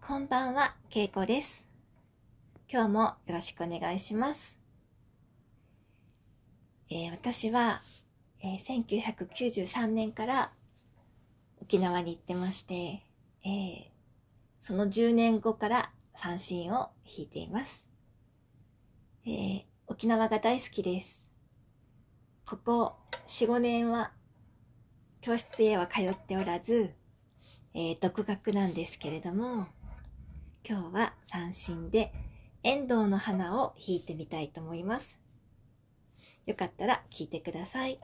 こんばんは、けいこです。今日もよろしくお願いします。私は、1993年から沖縄に行ってまして、その10年後から三線を弾いています。沖縄が大好きです。ここ4、5年は教室へは通っておらず、独学なんですけれども、今日は三線でエンドウの花を弾いてみたいと思います。よかったら聴いてください。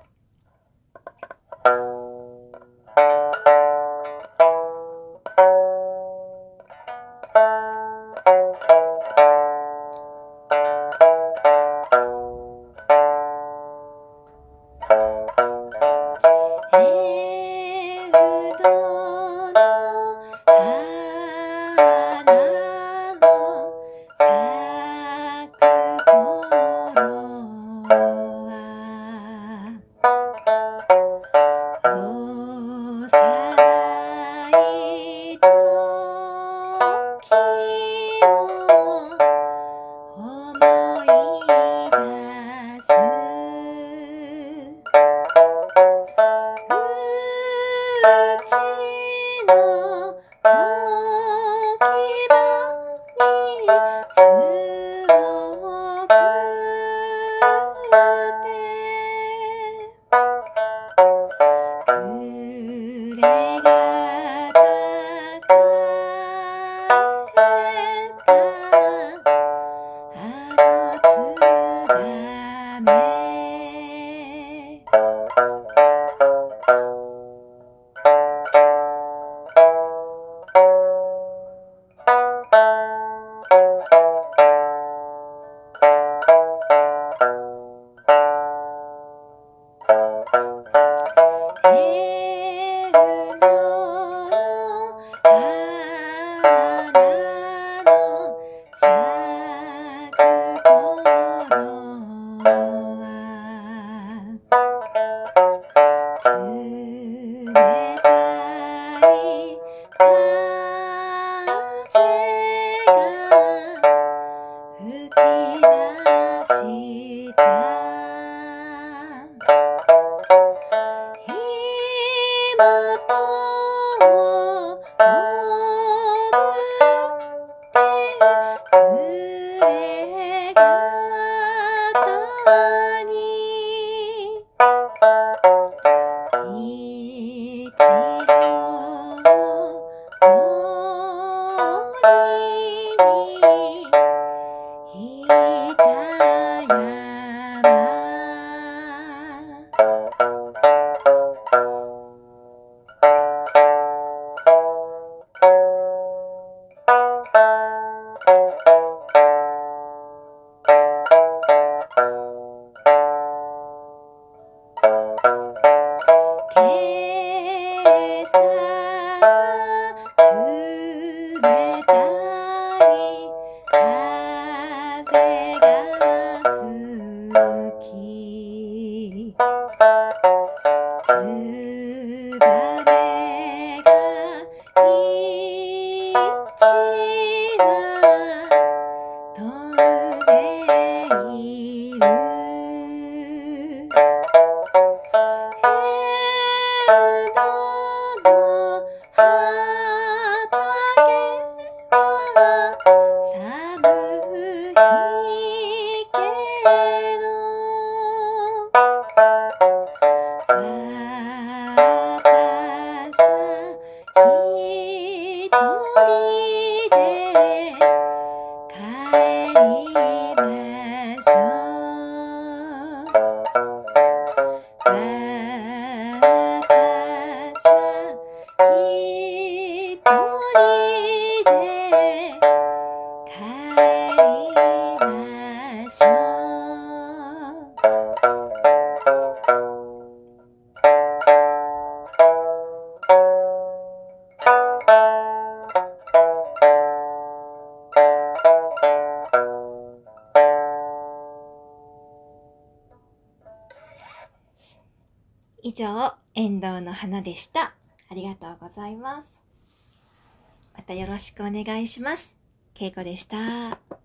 以上、エンドウの花でした。ありがとうございます。またよろしくお願いします。けいこでした。